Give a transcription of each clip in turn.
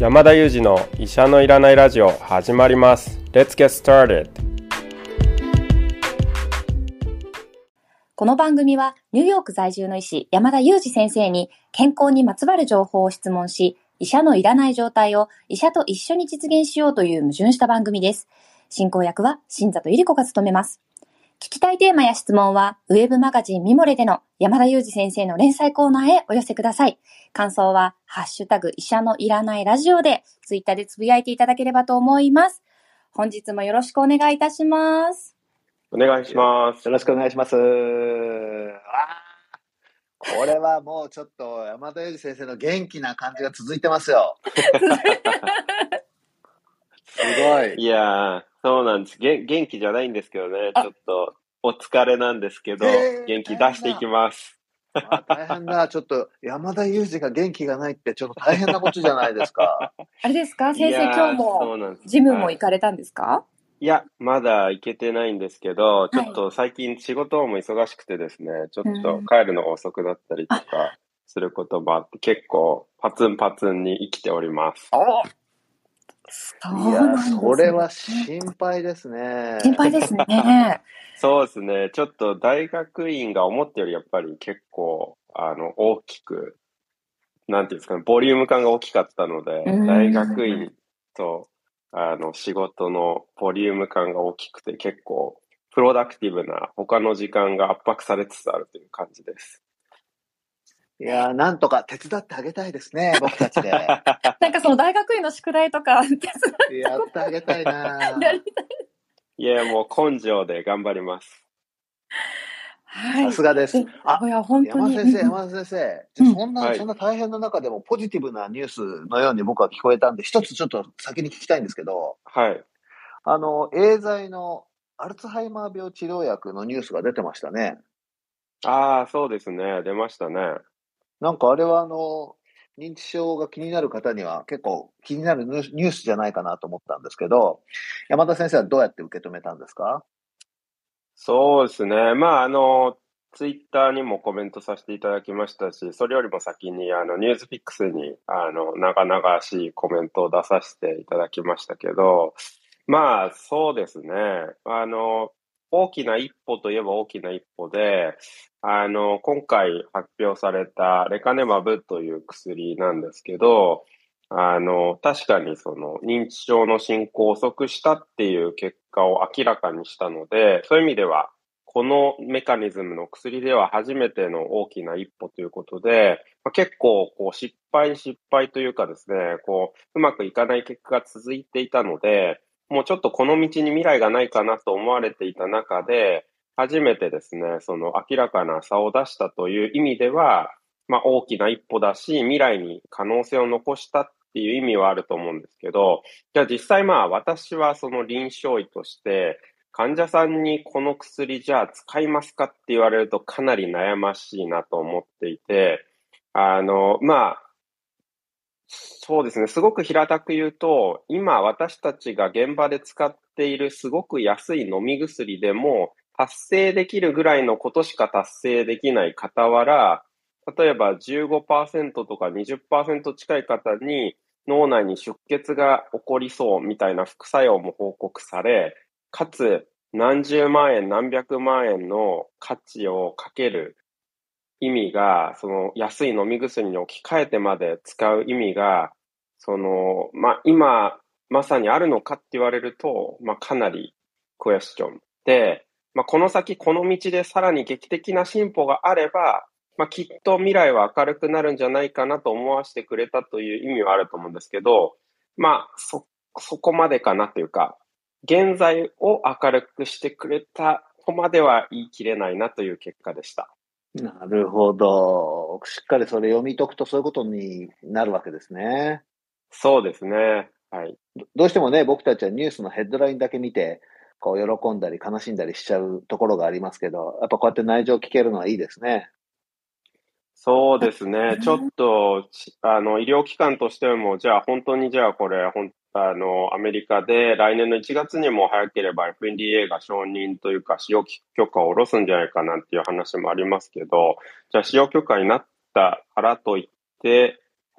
山田裕二の医者のいらないラジオ始まります。Let's get started。 この番組はニューヨーク在住の医師山田裕二先生に健康にまつわる情報を質問し、医者のいらない状態を医者と一緒に実現しようという矛盾した番組です。進行役は新里百合子が務めます。聞きたいテーマや質問はウェブマガジンミモレでの山田裕二先生の連載コーナーへお寄せください。感想はハッシュタグ医者のいらないラジオでツイッターでつぶやいていただければと思います。本日もよろしくお願いいたします。 お願いします。 よろしくお願いします。これはもうちょっと山田裕二先生の元気な感じが続いてますよ。すごい。 いやー、そうなんです。元気じゃないんですけどね。ちょっとお疲れなんですけど、元気出していきます。 大変だ。ちょっと山田裕二が元気がないってちょっと大変なことじゃないですか。 あれですか、先生、今日もジムも行かれたんですか？ いや、まだ行けてないんですけど、ちょっと最近仕事も忙しくてですね、ちょっと帰るのが遅くなったりとかすることもあって、結構パツンパツンに生きております。 いや、それは心配ですね。 心配ですね。 そうですね。ちょっと大学院が思ったよりやっぱり結構、大きく、なんていうんですかね、ボリューム感が大きかったので、大学院と、仕事のボリューム感が大きくて結構、プロダクティブな他の時間が圧迫されつつあるという感じです。 いやー、なんとか手伝ってあげたいですね、僕たちで。 なんかその大学院の宿題とか手伝ってやってあげたいな。 やりたい。 いや、もう根性で頑張ります。 はい。 さすがです。 いや本当に山田先生、そんな大変な中でもポジティブなニュースのように僕は聞こえたんで、一つちょっと先に聞きたいんですけど、 はい。 エーザイのアルツハイマー病治療薬のニュースが出てましたね。 ああ、そうですね。出ましたね。 なんかあれは認知症が気になる方には結構気になるニュースじゃないかなと思ったんですけど、山田先生はどうやって受け止めたんですか？ そうですね。まあ、ツイッターにもコメントさせていただきましたし、それよりも先に、ニュースピックスに、長々しいコメントを出させていただきましたけど、まあ、そうですね。大きな一歩といえば大きな一歩で、今回発表されたレカネマブという薬なんですけど、確かにその認知症の進行を遅くしたっていう結果を明らかにしたので、そういう意味では、このメカニズムの薬では初めての大きな一歩ということで、結構こう失敗というかですね、こう、うまくいかない結果が続いていたので、もうちょっとこの道に未来がないかなと思われていた中で、初めてですね、その明らかな差を出したという意味では、大きな一歩だし、未来に可能性を残したっていう意味はあると思うんですけど、じゃあ実際私はその臨床医として、患者さんにこの薬じゃあ使いますかって言われるとかなり悩ましいなと思っていて、そうですね。すごく平たく言うと、今私たちが現場で使っているすごく安い飲み薬でも達成できるぐらいのことしか達成できない傍ら、例えば15%とか20%近い方に脳内に出血が起こりそうみたいな副作用も報告され、かつ何十万円何百万円の価値をかける意味が、その安い飲み薬に置き換えてまで使う意味が、今まさにあるのかって言われると、かなりクエスチョンで、この先この道でさらに劇的な進歩があれば、きっと未来は明るくなるんじゃないかなと思わせてくれたという意味はあると思うんですけど、そこまでかなというか、現在を明るくしてくれたとまでは言い切れないなという結果でした。 なるほど。しっかりそれ読み解くとそういうことになるわけですね。 そうですね。はい。 どうしてもね、僕たちはニュースのヘッドラインだけ見て、こう喜んだり悲しんだりしちゃうところがありますけど、やっぱこうやって内情を聞けるのはいいですね。 そうですね。ちょっと、医療機関としても、じゃあ本当にこれ、アメリカで来年の1月にも早ければ FDA が承認というか使用許可を下ろすんじゃないかなんていう話もありますけど、じゃあ使用許可になったからといって、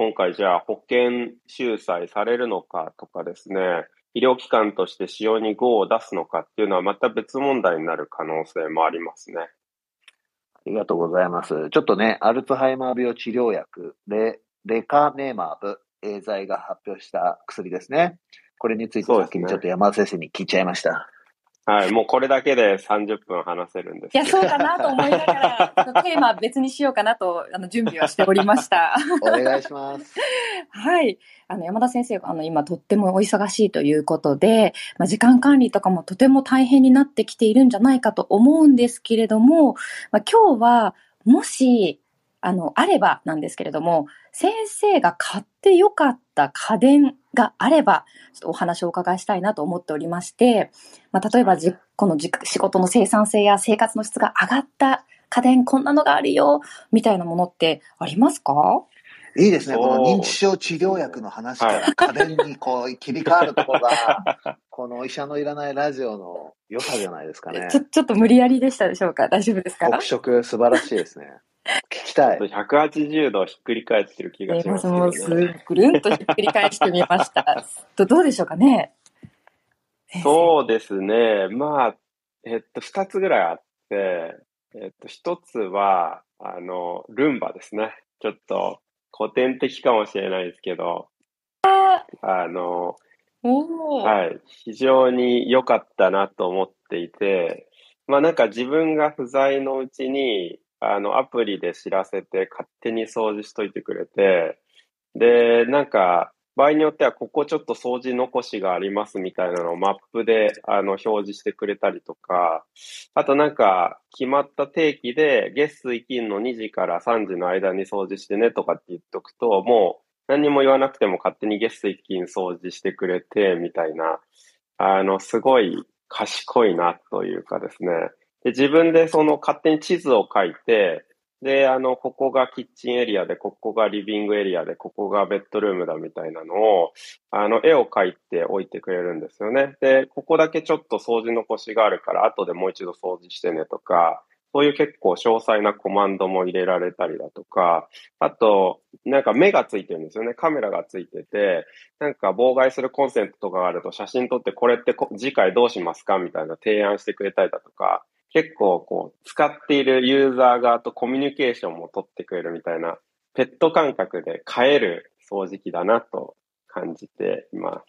今回じゃあ保険収載されるのかとかですね、医療機関として使用に GO を出すのかっていうのはまた別問題になる可能性もありますね。 ありがとうございます。ちょっとね、アルツハイマー病治療薬、レカネマブ、エーザイが発表した薬ですね。これについてそうですね先にちょっと山田先生に聞いちゃいました。 はい、もうこれだけで30分話せるんですいや、 けど。 そうかなと思いながら、テーマ別にしようかなと、準備はしておりました。 お願いします。 はい。山田先生、今とってもお忙しいということで、時間管理とかもとても大変になってきているんじゃないかと思うんですけれども、今日は、もし、あればなんですけれども、先生が買ってよかった家電があれば、ちょっとお話をお伺いしたいなと思っておりまして、例えばこの仕事の生産性や生活の質が上がった家電、こんなのがあるよ、みたいなものってありますか？ いいですね。この認知そう症治療薬の話から家電にこう切り替わるところが、この医者のいらないラジオの良さじゃないですかね。 ちょっと無理やりでしたでしょうか？大丈夫ですか？ 特色素晴らしいですね。聞きたい。 180度ひっくり返ってる気がしますけもうどね。 ぐるんとひっくり返してみました。どうでしょうかね？ そうですね。まあ、二つぐらいあって、一つは、ルンバですね。ちょっと古典的かもしれないですけど、あの、 おー。 はい、非常に良かったなと思っていて、まあなんか自分が不在のうちに、アプリで知らせて勝手に掃除しといてくれて、で、なんか、場合によってはここちょっと掃除残しがありますみたいなのをマップで表示してくれたりとか、あとなんか決まった定期で月水金の2時から3時の間に掃除してねとかって言っとくと、もう何にも言わなくても勝手に月水金掃除してくれてみたいな、すごい賢いなというかですね。で、自分でその勝手に地図を書いて、で、ここがキッチンエリアで、ここがリビングエリアで、ここがベッドルームだみたいなのを、絵を描いておいてくれるんですよね。で、ここだけちょっと掃除残しがあるから、後でもう一度掃除してねとか、そういう結構詳細なコマンドも入れられたりだとか、あと、なんか目がついてるんですよね。カメラがついてて、なんか妨害するコンセントとかがあると写真撮ってこれって次回どうしますかみたいな提案してくれたりだとか、結構こう、使っているユーザー側とコミュニケーションも取ってくれるみたいな、ペット感覚で飼える掃除機だなと感じています。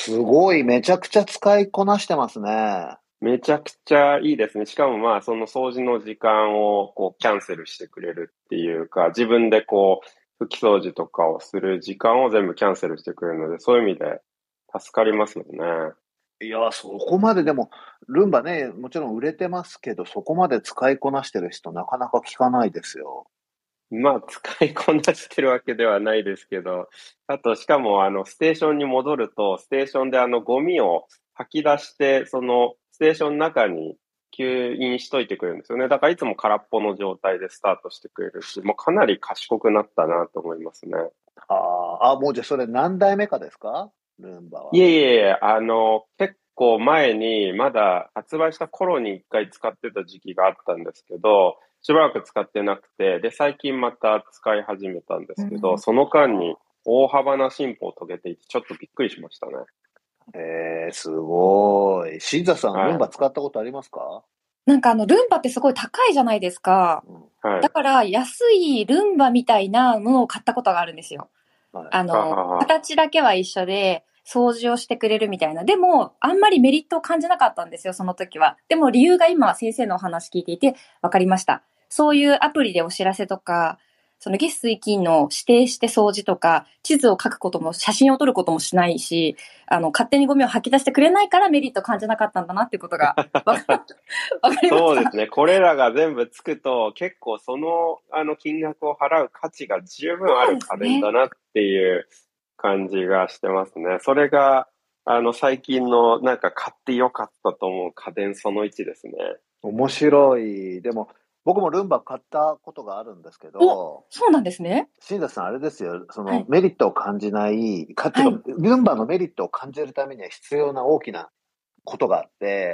すごい、めちゃくちゃ使いこなしてますね。 めちゃくちゃいいですね。しかもまあ、その掃除の時間をこうキャンセルしてくれるっていうか、自分でこう、拭き掃除とかをする時間を全部キャンセルしてくれるので、そういう意味で助かりますよね。 いや、そこまででも、ルンバね、もちろん売れてますけど、そこまで使いこなしてる人なかなか聞かないですよ。 まあ、使いこなしてるわけではないですけど、あと、しかも、ステーションに戻ると、ステーションでゴミを吐き出して、その、ステーションの中に吸引しといてくれるんですよね。だから、いつも空っぽの状態でスタートしてくれるし、もうかなり賢くなったなと思いますね。 もうじゃあそれ何代目かですか？ルンバは。 いえいえいえ、結構前に、まだ発売した頃に一回使ってた時期があったんですけど、しばらく使ってなくて、で、最近また使い始めたんですけど、その間に大幅な進歩を遂げていて、ちょっとびっくりしましたね。 すごい。新座さん、ルンはい。 バ使ったことありますか？ なんかルンバってすごい高いじゃないですか。 はい。 だから安いルンバみたいなものを買ったことがあるんですよ。 はい。 ははは。 形だけは一緒で、掃除をしてくれるみたいな。でも、あんまりメリットを感じなかったんですよ、その時は。でも理由が今、先生のお話聞いていて分かりました。そういうアプリでお知らせとか、その月水金の指定して掃除とか、地図を書くことも、写真を撮ることもしないし、勝手にゴミを吐き出してくれないからメリットを感じなかったんだなっていうことが分かりました。 そうですね。これらが全部つくと、結構その、金額を払う価値が十分あそうる家ですね。 電だなっていう感じがしてますね。それが、最近のなんか買ってよかったと思う家電その1ですね。 面白い。でも、僕もルンバ買ったことがあるんですけお、 ど、 そうなんですね。 新座さん、あれですよ、そはい。 のメリットを感じない、っていうか、 はい。 ルンバのメリットを感じるためには必要な大きなことがあって、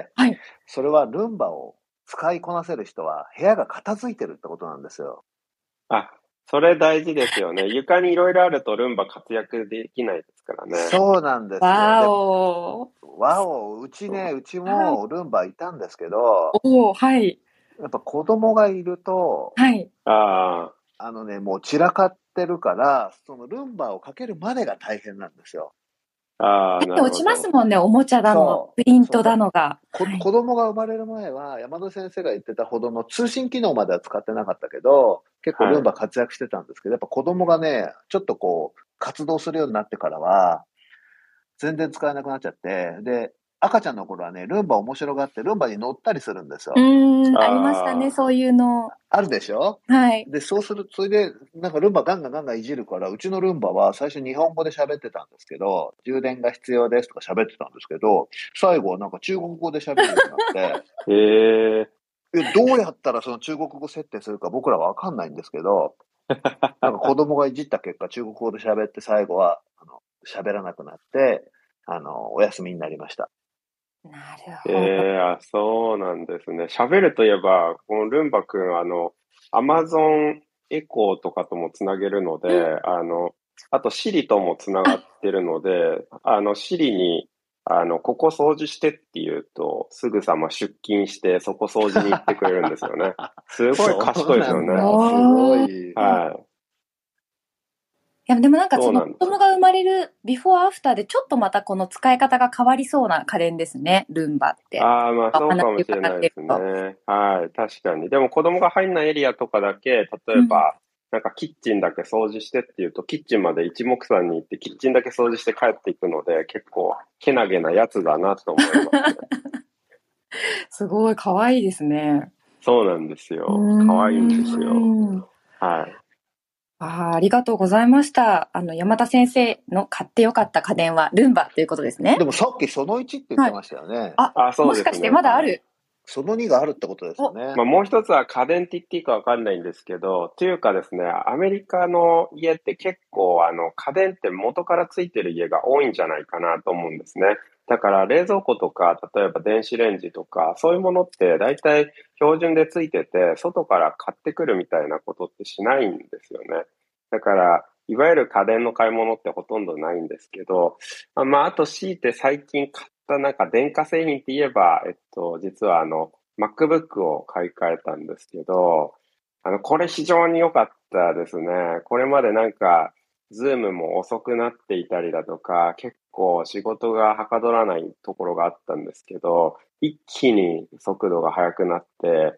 はい。 それはルンバを使いこなせる人は部屋が片付いてるってことなんですよ。 あ、 それ大事ですよね。床にいろいろあるとルンバ活躍できないですからね。 そうなんですよ。 わお。 わお、うちもルンバいたんですけど、 おお、はい。 やっぱ子供がいると、 はい。 あもう散らかってるから、そのルンバをかけるまでが大変なんですよ。 あ、なる落ちますほど。 もんね、おもちゃだの、 そう。 プリントだのが。はい。 子供が生まれる前は、山田先生が言ってたほどの通信機能までは使ってなかったけど、結構ルンはい。 バ活躍してたんですけど、やっぱ子供がね、ちょっと活動するようになってからは、全然使えなくなっちゃって、で、赤ちゃんの頃はね、ルンバ面白がって、ルンバに乗ったりするんですよ。 ありましたね、 あそういうの。 あるでしょ？ はい。 で、それで、なんかルンバガンガンガンガンいじるから、うちのルンバは最初日本語で喋ってたんですけど、充電が必要ですとか喋ってたんですけど、最後はなんか中国語で喋るようになって、 あ、へえ。 どうやったらその中国語設定するか僕らはわかんないんですけど、なんか子供がいじった結果、中国語で喋って最後は、喋らなくなって、お休みになりました。 なるほど。 そうなんですね。喋るといえば、このルンバくん、アマゾンエコーとかともつなげるので、あと、シリともつながってるので、シリに、ここ掃除してって言うと、すぐさま出勤して、そこ掃除に行ってくれるんですよね。すごいそう賢いですよね。 なんだ。すごおー。 い。 はい。 いや、でもなんかそのそうなんです。 子供が生まれるビフォーアフターでちょっとまたこの使い方が変わりそうな家電ですね、ルンバって。 ああ、まあお話そうかもしれ伺ないですってると。 ね。はい、確かに。でも子供が入んないエリアとかだけ、例うん。 えば、なんかキッチンだけ掃除してっていうと、キッチンまで一目散に行って、キッチンだけ掃除して帰っていくので、結構、けなげなやつだなと思いますね。 すごい可愛いですね。 そうなんですうーよ。可愛いんですよ。 ん。 はい。 ありがとうございました。山田先生の買ってよかった家電はルンバということですね。 でもさっきその1って言っはい。 てましたよね。 あ、 あ、そもしかしてうですね。 まだある。 その2があるってことですよお、 ね。 まあ、もう一つは家電って言っていいかわかんないんですけど、というかですね、アメリカの家って結構家電って元からついてる家が多いんじゃないかなと思うんですね。だから冷蔵庫とか、例えば電子レンジとか、そういうものって大体標準でついてて、外から買ってくるみたいなことってしないんですよね。だから、いわゆる家電の買い物ってほとんどないんですけど、まあ、あと強いて最近買ったなんか電化製品って言えば、実はMacBook を買い替えたんですけど、これ非常に良かったですね。これまでなんか、ズームも遅くなっていたりだとか、結構仕事がはかどらないところがあったんですけど、一気に速度が速くなって、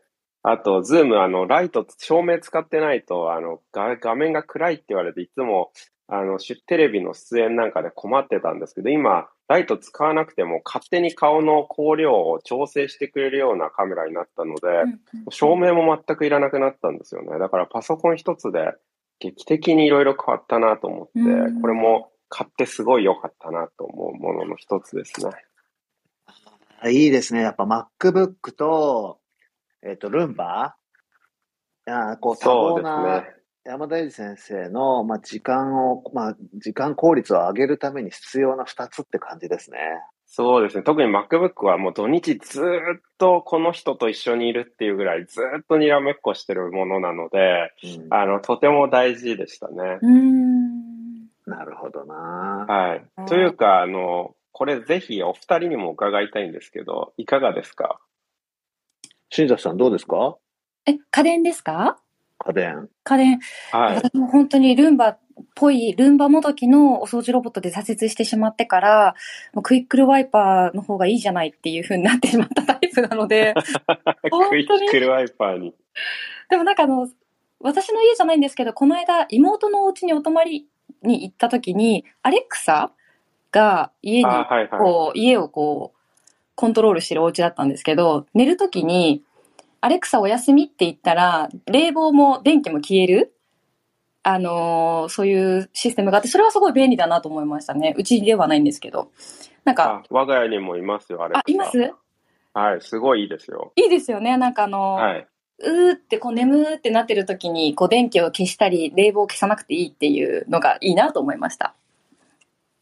あと、ズーム、ライト、照明使ってないと、画面が暗いって言われて、いつも、テレビの出演なんかで困ってたんですけど、今、ライト使わなくても勝手に顔の光量を調整してくれるようなカメラになったので、照明も全くいらなくなったんですよね。だからパソコン一つで劇的にいろいろ変わったなと思って、これも買ってすごい良かったなと思うものの一つですね。 いいですね。やっぱ MacBook と、ルンバ多そう忙なですね。 山田英二先生の、時間効率を上げるために必要な2つって感じですね。 そうですね。特に MacBook はもう土日ずーっとこの人と一緒にいるっていうぐらいずーっとにらめっこしてるものなので、 うん、 とても大事でしたね。 なるほどな。 はい。というか、これぜひお二人にも伺いたいんですけど、いかがですか？ 新崎さんどうですか？ 家電ですか？ 家電。 家電。 はい。 私も本当にルンバっぽい、ルンバもどきのお掃除ロボットで挫折してしまってから、もうクイックルワイパーの方がいいじゃないっていう風になってしまったタイプなので、 クイ本当に。 ックルワイパーに。 でもなんか私の家じゃないんですけど、この間妹のお家にお泊まりに行った時に、アレクサが家に、 はいはい。 家をコントロールしてるお家だったんですけど、寝る時に、アレクサお休みって言ったら、冷房も電気も消える、そういうシステムがあって、それはすごい便利だなと思いましたね。うちではないんですけど。なんか、 我が家にもいますよ、アレクサ。 います？ はい、すごいいいですよ。 いいですよね。なんかはい。 うーって眠ーってなってる時に、電気を消したり、冷房を消さなくていいっていうのがいいなと思いました。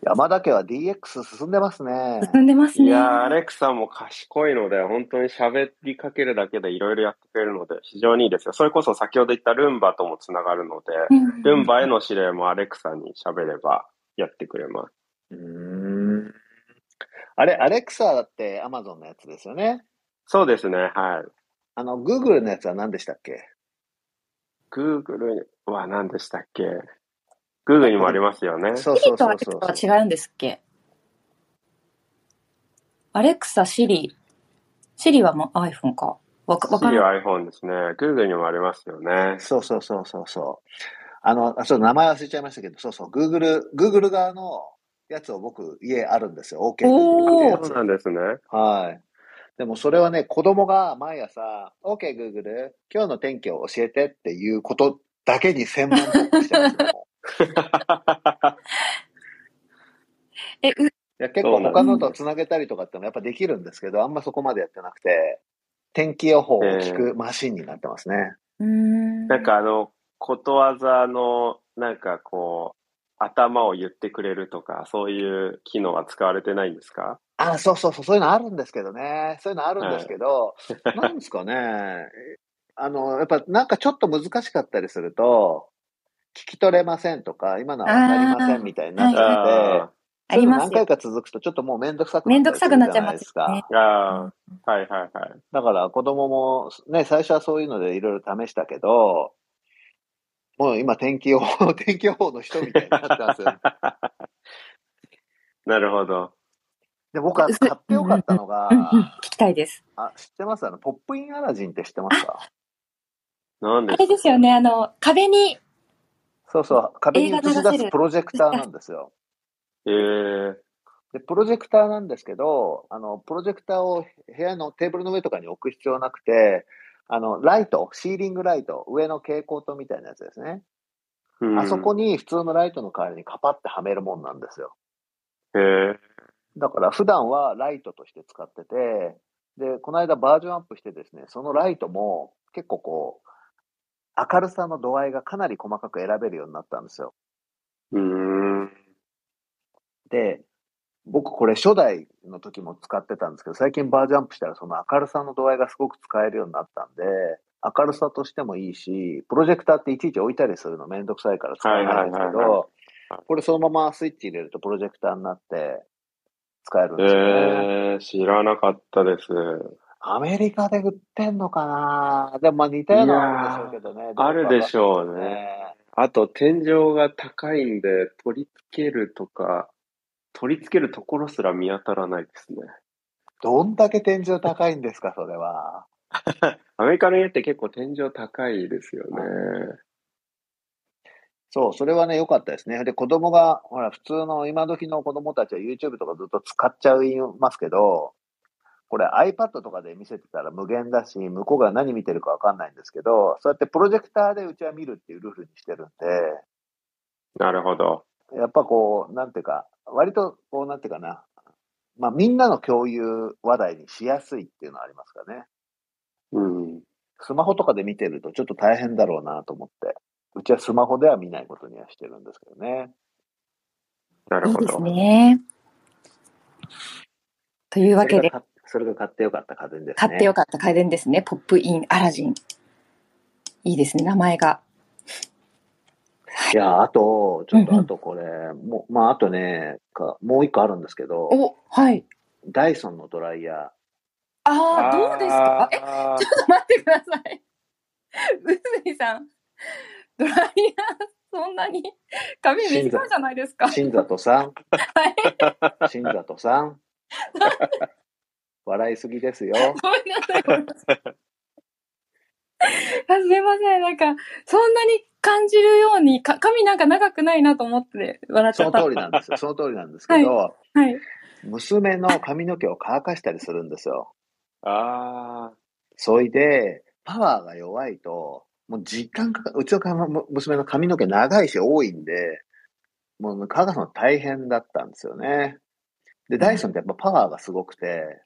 山田家は DX 進んでますね。 進んでますね。 いやー、アレクサも賢いので、本当に喋りかけるだけでいろいろやってくれるので、非常にいいですよ。それこそ先ほど言ったルンバともつながるので、ルンバへの指令もアレクサに喋ればやってくれます。 あれ、アレクサだって Amazon のやつですよね。 そうですね、はい。 Google のやつは何でしたっけ？ Google は何でしたっけ？ Google にもありますよね。 そうシリとアレクサは違うんですっけ？アレクサ、シリはもう iPhone か。 シリは iPhone ですね。Google にもありますよね。 そう。名前忘れちゃいましたけど、Google 側のやつを僕、家あるんですよ。OK Google ってやつ。 そうなんですね。 はい。でもそれはね、子供が毎朝、OK Google、今日の天気を教えてっていうことだけに専門特化してますね。いや結構他のとつなげたりとかってもやっぱできるんですけど、あんまそこまでやってなくて、天気予報を聞くマシンになってますね。 なんかことわざの、なんかこう、頭を言ってくれるとか、そういう機能は使われてないんですか？ そういうのあるんですけどね。そういうのあるんですけど、なんですかね。やっぱなんかちょっと難しかったりすると、聞き取れませんとか、今のはわかりませんみたいになってて、そういうの何回か続くとちょっともうめんどくさくなっちゃうじゃないですか。 はい。 だから子供もね、最初はそういうのでいろいろ試したけど、もう今天気予報の人みたいになってますよね。 なるほど。 で、僕は買ってよかったのが、 聞きたいです。 知ってます？ポップインアラジンって知ってますか？ あれですよね、壁に。 壁に映し出すプロジェクターなんですよ。で、プロジェクターなんですけど、プロジェクターを部屋のテーブルの上とかに置く必要なくて、ライト、シーリングライト、上の蛍光灯みたいなやつですね。あそこに普通のライトの代わりにカパってはめるもんなんですよ。だから普段はライトとして使ってて、で、この間バージョンアップしてですね、そのライトも結構こう、明るさの度合いがかなり細かく選べるようになったんですよ。で、僕これ初代の時も使ってたんですけど、最近バージョンアップしたらその明るさの度合いがすごく使えるようになったんで、明るさとしてもいいし、プロジェクターっていちいち置いたりするのめんどくさいから使えないんですけど、これそのままスイッチ入れるとプロジェクターになって使えるんですよね。 知らなかったです。 アメリカで売ってんのかな？でも似たようなのあるでしょうけどね。 あるでしょうね。あと天井が高いんで取り付けるところすら見当たらないですね。 どんだけ天井高いんですか、それは。 アメリカの家って結構天井高いですよね。 そう、それはね、良かったですね。で、子供が、ほら、普通の今時の子供たちは YouTube とかずっと使っちゃいますけど、これ iPad とかで見せてたら無限だし、向こうが何見てるかわかんないんですけど、そうやってプロジェクターでうちは見るっていうルールにしてるんで。 なるほど。 やっぱこう、なんていうか、割とこう、なんていうかな。まあ、みんなの共有話題にしやすいっていうのはありますかね。スマホとかで見てるとちょっと大変だろうなと思って。うちはスマホでは見ないことにはしてるんですけどね。 なるほど。 いいですね。というわけで。 それが買ってよかった家電ですね。 買ってよかった家電ですね。ポップインアラジン。いいですね、名前が。 いや、あとこれ、あとね、もう一個あるんですけど。 はい。 ダイソンのドライヤー。 どうですか？ちょっと待ってください。うすみさん、ドライヤー、そんなに髪短いじゃないですか。 新里さん。 はい。 新里さん。笑いすぎですよ。 ごめんなさい。すいません。なんか、そんなに感じるように、髪なんか長くないなと思って笑っちゃった。 その通りなんですよ。その通りなんですけど、 はい。 娘の髪の毛を乾かしたりするんですよ。そいで、パワーが弱いと、もう時間かかる。うちの娘の髪の毛長いし多いんで、もう乾かすの大変だったんですよね。で、ダイソンってやっぱパワーがすごくて、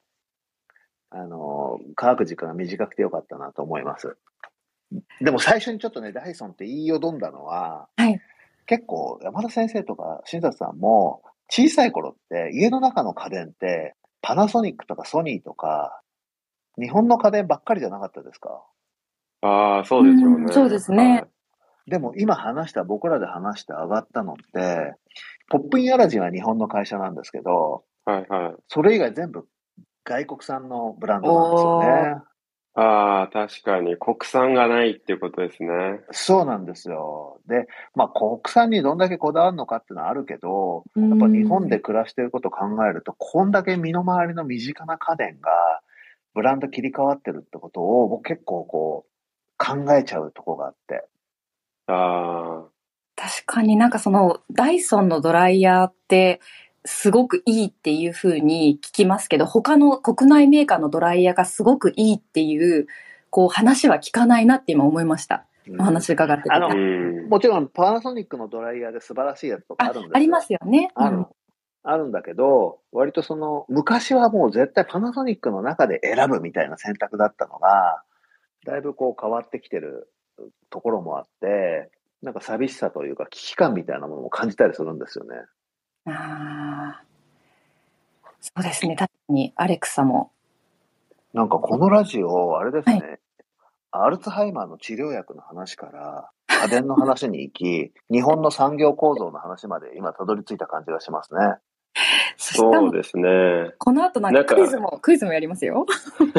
乾く時間が短くてよかったなと思います。でも最初にちょっとね、ダイソンって言いよどんだのは、結構山田先生とか新里さんも小さい頃って家の中の家電ってパナソニックとかソニーとか日本の家電ばっかりじゃなかったですか？ ああ、そうですよね。 そうですね。 はい。 でも今僕らで話して上がったのって、ポップインアラジンは日本の会社なんですけど、 はいはい。 それ以外全部外国産のブランドなんですよおー、 ね。 ああ、確かに国産がないっていうことですね。 そうなんですよ。で、国産にどんだけこだわるのかっていうのはあるけど、 うやっぱ日本ん。 で暮らしていることを考えると、こんだけ身の回りの身近な家電がブランド切り替わってるってことを、僕結構考えちゃうとこがあって。 あ確かになんかそのダイソンのドライヤーってすごくいいっていう風に聞きますけど、他の国内メーカーのドライヤーがすごくいいっていう、こう話は聞かないなって今思いました。おうん、 話伺ってて。 あ、うん。 もちろんパナソニックのドライヤーで素晴らしいやつとかあるんでありますよ。 すよね。 ある。あるんだけど、割と昔はもう絶対パナソニックの中で選ぶみたいな選択だったのが、だいぶ変わってきてるところもあって、なんか寂しさというか危機感みたいなものも感じたりするんですよね。 ああ、そうですね。確かにアレクサも。 なんかこのラジオ、あれですはい。 ね、アルツハイマーの治療薬の話から家電の話に行き、日本の産業構造の話まで今たどり着いた感じがしますね。 しかもそうですね。 この後なんかなんか、 クイズもやりますよ。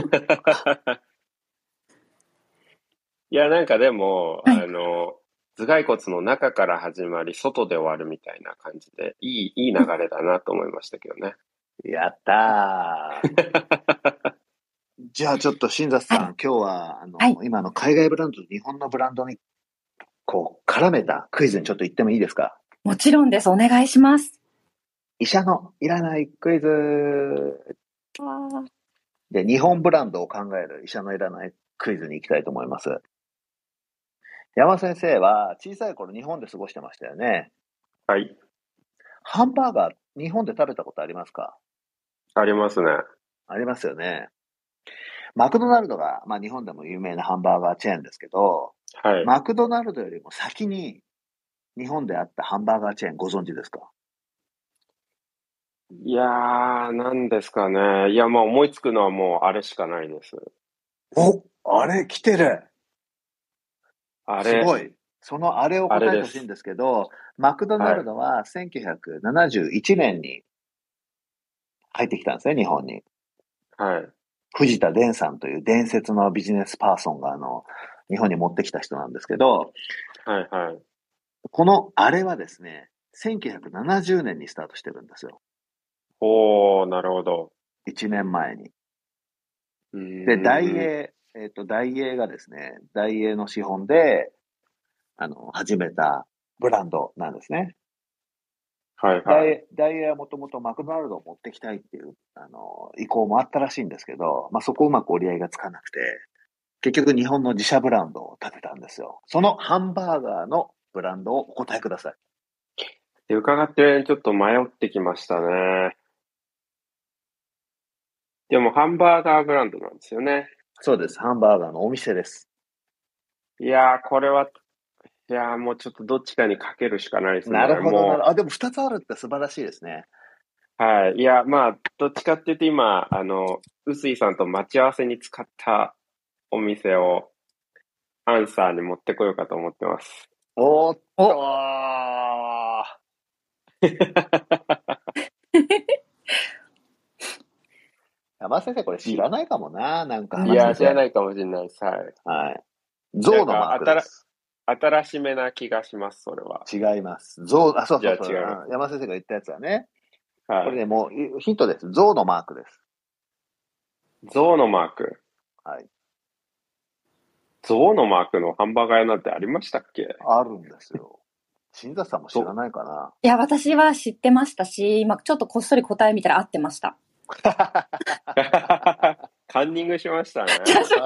いや、なんかでも、 はい。 頭蓋骨の中から始まり、外で終わるみたいな感じで、いい流れだなと思いましたけどね。 やったー。じゃあちょっと新雑さん、 はい。 今日ははい。 今の海外ブランドと日本のブランドに絡めたクイズにちょっと言ってもいいですか？ もちろんです。お願いします。 医者のいらないクイズわー。 で、日本ブランドを考える医者のいらないクイズに行きたいと思います。山先生は小さい頃日本で過ごしてましたよね。 はい。 ハンバーガー、日本で食べたことありますか？ ありますね。 ありますよね。マクドナルドが、日本でも有名なハンバーガーチェーンですけど、 はい。 マクドナルドよりも先に日本であったハンバーガーチェーンご存知ですか？ いやー、なんですかね。いや、まあ思いつくのはもうあれしかないです。 お、あれ来てる。 あれ、 すごい。そのあれをあれ答えてほしいんです。 ですけど、マクドナはい。 ルドは1971年に入ってきたんですね、日本に。 はい。 藤田伝さんという伝説のビジネスパーソンが日本に持ってきた人なんですけど、 はい、はい。 このあれはですね、1970年にスタートしてるんですよ。 おー、なるほど。 1年前に。 うーで、 ん。 ダイエーがですね、ダイエーの資本で、始めたブランドなんですね。 はい、はい。 ダイエーはもともとマクドナルドを持ってきたいっていう、意向もあったらしいんですけど、そこをうまく折り合いがつかなくて、結局日本の自社ブランドを立てたんですよ。そのハンバーガーのブランドをお答えください。 で、伺ってる間にちょっと迷ってきましたね。でも、ハンバーガーブランドなんですよね。 そうです。ハンバーガーのお店です。 いやー、これは、いやー、もうちょっとどっちかにかけるしかないですね。 なるほど、 もあ、でも二つあるって素晴らしいですね。 う、はい。いや、まあ、どっちかっていうと今、臼井さんと待ち合わせに使ったお店をアンサーに持ってこようかと思ってます。 おーっとお、 ー。山田先生、これ知らないかもな。なんかうん。 いや、知ら話してて。 ないかもしれないです。はい。 はい。 なん象のマーか、 クです。 新しめな気がします、それは。 違います。象、あ、そうじゃあそうそう。 違います。 山田先生が言ったやつはね。こはい。 れね、もうヒントです。象のマークです。 象のマーク。 はい。 象のマークのハンバーガー屋なんてありましたっけ？ あるんですよ。新座さんも知らぞないかな。 いや、私は知ってましたし、今ちょっとこっそり答え見たら合ってました。 カンニングしましたね。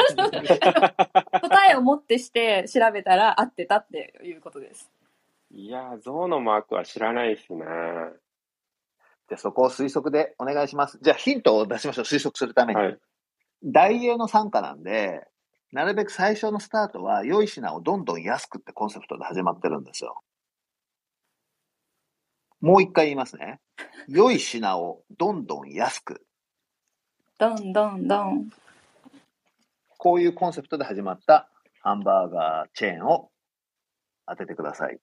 答えをもってして調べたら合ってたっていうことです。 いやー、象のマークは知らないですね。 じゃあそこを推測でお願いします。じゃあヒントを出しましょう。推測するために。 はい。 大英の傘下なんで、なるべく最初のスタートは良い品をどんどん安くってコンセプトで始まってるんですよ。 もう一回言いますね。良い品をどんどん安く。 どんどんどん。 こういうコンセプトで始まったハンバーガーチェーンを当ててください。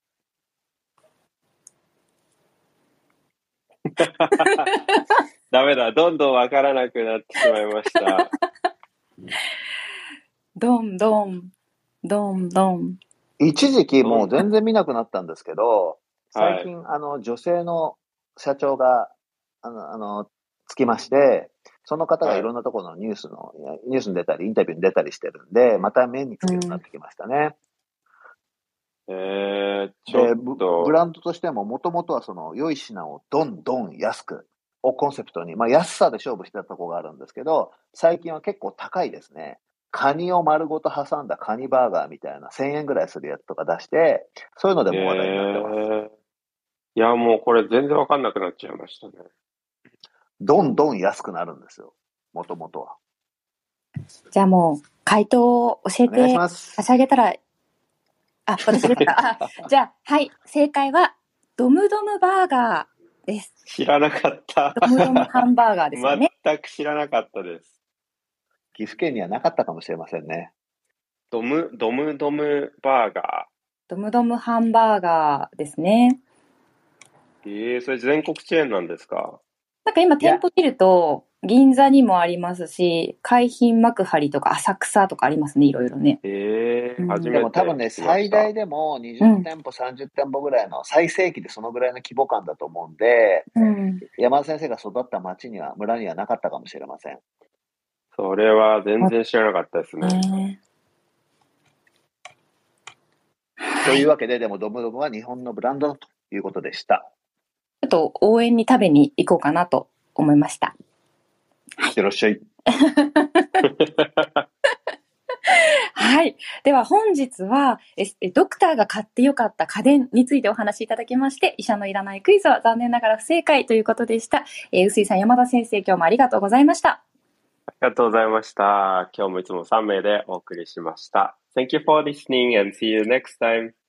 ダメだ。どんどんわからなくなってしまいました。 どんどん。どんどん。 一時期もう全然見なくなったんですけど、 はい最近、女性の社長が、つきまして、その方がいろんなところのニュースに出たり、インタビューに出たりしてるんで、また目につくようになってきましたね。 ちょで、 っと。 ブランドとしてももともとはその良い品をどんどん安くをコンセプトに、まあ安さで勝負してたところがあるんですけど、最近は結構高いですね。カニを丸ごと挟んだカニバーガーみたいな1000円ぐらいするやつとか出して、そういうのでも話題になってます。 いや、もうこれ全然わかんなくなっちゃいましたね。 どんどん安くなるんですよ。もともとは。 じゃあもう、回答を教えお願いてします差し上げたら、私ですか。じゃあ、はい、正解は、ドムドムバーガーです。 知らなかった。 ドムドムハンバーガーですよね。 全く知らなかったです。 岐阜県にはなかったかもしれませんね。 ドムバーガドムドムハンバーガーですね。 ー。それ全国チェーンなんですか？ なんか今店舗見ると、銀座にもありますし、海浜幕張とか浅草とかありますね、いろいろね。 初めてでも多分ね、 聞きました。 最大でも20店舗、30店舗ぐらいの最盛期でそのぐらいの規模感だと思うんで、山田先生が育った町には、村にはなかったかもしれません。 それは全然知らなかったですね。 というわけで、でもドムドムは日本のブランドということでした。 ちょっと応援に食べに行こうかなと思いました。 いってらっしゃい。 はい。では本日は、ドクターが買ってよかった家電についてお話しいただきまして、医者のいらないクイズは残念ながら不正解ということでした。臼井さん、山田先生、今日もありがとうございました。 ありがとうございました。今日もいつも3名でお送りしました。Thank you for listening and see you next time.